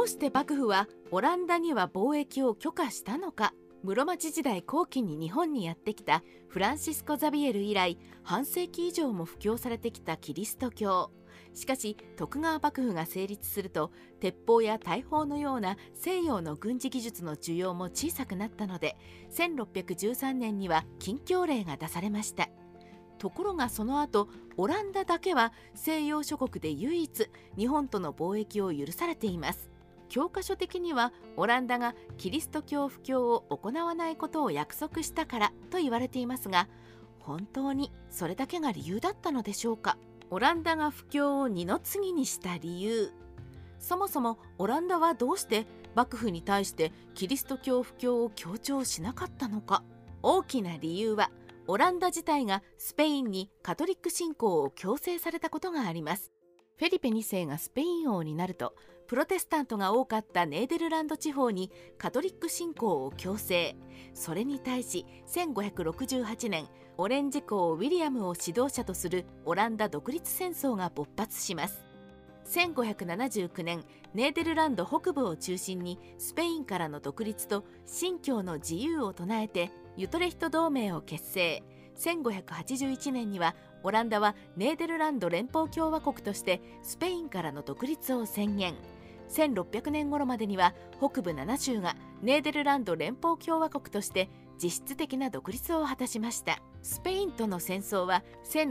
どうして幕府はオランダには貿易を許可したのか。室町時代後期に日本にやってきたフランシスコ・ザビエル以来半世紀以上も布教されてきたキリスト教。しかし徳川幕府が成立すると鉄砲や大砲のような西洋の軍事技術の需要も小さくなったので、1613年には禁教令が出されました。ところがその後オランダだけは西洋諸国で唯一日本との貿易を許されています。教科書的にはオランダがキリスト教布教を行わないことを約束したからと言われていますが、本当にそれだけが理由だったのでしょうか。オランダが布教を二の次にした理由。そもそもオランダはどうして幕府に対してキリスト教布教を強調しなかったのか。大きな理由はオランダ自体がスペインにカトリック信仰を強制されたことがあります。フェリペ2世がスペイン王になると、プロテスタントが多かったネーデルランド地方にカトリック信仰を強制。それに対し1568年、オレンジ公ウィリアムを指導者とするオランダ独立戦争が勃発します。1579年、ネーデルランド北部を中心にスペインからの独立と信教の自由を唱えてユトレヒト同盟を結成。1581年にはオランダはネーデルランド連邦共和国としてスペインからの独立を宣言。1600年頃までには北部7州がネーデルランド連邦共和国として実質的な独立を果たしました。スペインとの戦争は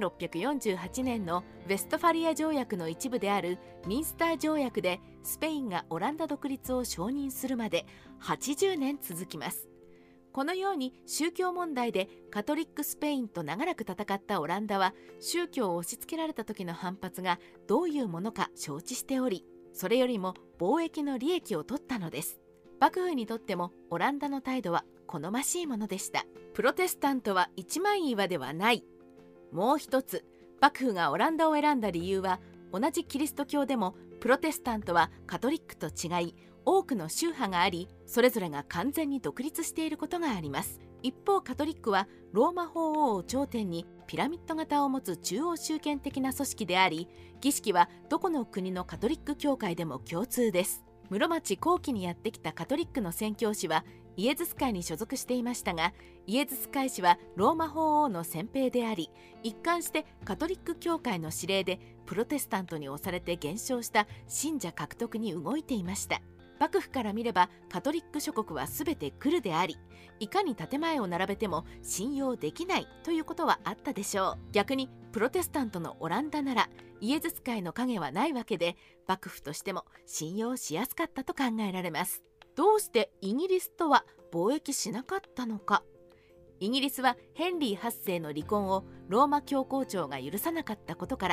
1648年のウェストファリア条約の一部であるミンスター条約でスペインがオランダ独立を承認するまで80年続きます。このように宗教問題でカトリックスペインと長らく戦ったオランダは宗教を押し付けられた時の反発がどういうものか承知しており、それよりも貿易の利益を取ったのです。幕府にとってもオランダの態度は好ましいものでした。プロテスタントは一枚岩ではない。もう一つ、幕府がオランダを選んだ理由は、同じキリスト教でもプロテスタントはカトリックと違い多くの宗派があり、それぞれが完全に独立していることがあります。一方カトリックはローマ法王を頂点にピラミッド型を持つ中央集権的な組織であり、儀式はどこの国のカトリック教会でも共通です。室町後期にやってきたカトリックの宣教師はイエズス会に所属していましたが、イエズス会士はローマ法王の先兵であり、一貫してカトリック教会の指令でプロテスタントに押されて減少した信者獲得に動いていました。幕府から見ればカトリック諸国は全て来るであり、いかに建前を並べても信用できないということはあったでしょう。逆にプロテスタントのオランダならイエズス会の影はないわけで、幕府としても信用しやすかったと考えられます。どうしてイギリスとは貿易しなかったのか。イギリスはヘンリー8世の離婚をローマ教皇庁が許さなかったことから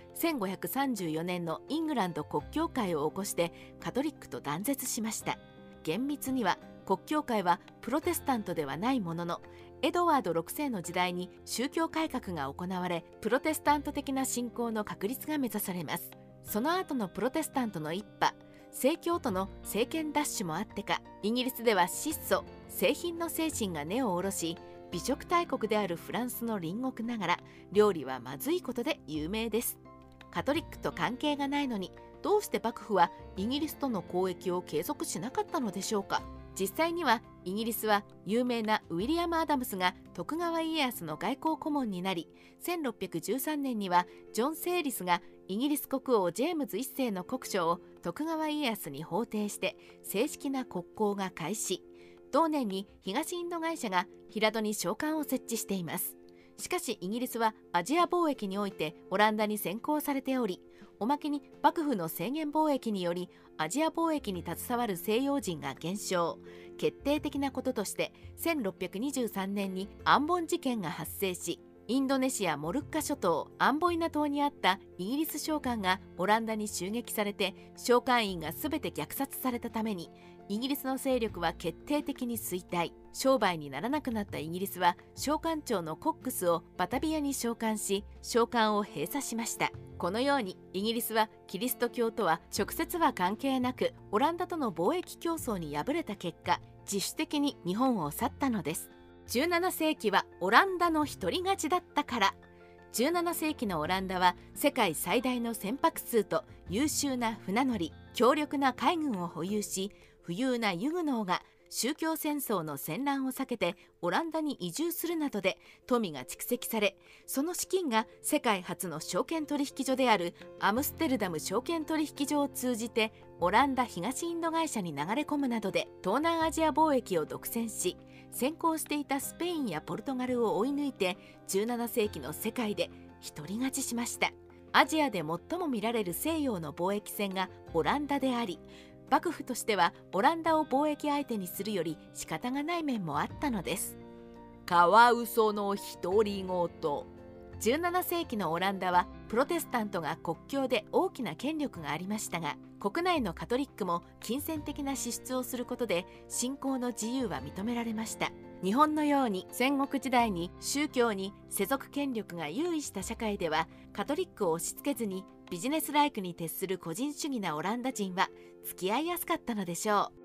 、1534年のイングランド国教会を起こしてカトリックと断絶しました。厳密には国教会はプロテスタントではないものの、エドワード6世の時代に宗教改革が行われ、プロテスタント的な信仰の確立が目指されます。その後のプロテスタントの一派、正教徒の政権奪取もあってか、イギリスでは質素、清貧の精神が根を下ろし、美食大国であるフランスの隣国ながら料理はまずいことで有名です。カトリックと関係がないのに、どうして幕府はイギリスとの交易を継続しなかったのでしょうか。実際にはイギリスは有名なウィリアム・アダムスが徳川家康の外交顧問になり、1613年にはジョン・セーリスがイギリス国王ジェームズ1世の国書を徳川家康に法廷して正式な国交が開始。同年に東インド会社が平戸に商館を設置しています。しかしイギリスはアジア貿易においてオランダに先行されており、おまけに幕府の制限貿易によりアジア貿易に携わる西洋人が減少。決定的なこととして1623年にアンボン事件が発生し、インドネシア・モルッカ諸島アンボイナ島にあったイギリス商館がオランダに襲撃されて、商館員が全て虐殺されたためにイギリスの勢力は決定的に衰退。商売にならなくなったイギリスは商館長のコックスをバタビアに召喚し、商館を閉鎖しました。このようにイギリスはキリスト教とは直接は関係なく、オランダとの貿易競争に敗れた結果、自主的に日本を去ったのです。17世紀はオランダの独り勝ちだったから。 17世紀のオランダは世界最大の船舶数と優秀な船乗り、強力な海軍を保有し、富裕なユグノーが宗教戦争の戦乱を避けてオランダに移住するなどで富が蓄積され、その資金が世界初の証券取引所であるアムステルダム証券取引所を通じてオランダ東インド会社に流れ込むなどで東南アジア貿易を独占し、先行していたスペインやポルトガルを追い抜いて17世紀の世界で独り勝ちしました。アジアで最も見られる西洋の貿易船がオランダであり、幕府としてはオランダを貿易相手にするより仕方がない面もあったのです。カワウソの独り言。17世紀のオランダはプロテスタントが国境で大きな権力がありましたが、国内のカトリックも金銭的な支出をすることで信仰の自由は認められました。日本のように戦国時代に宗教に世俗権力が優位した社会では、カトリックを押し付けずにビジネスライクに徹する個人主義なオランダ人は付き合いやすかったのでしょう。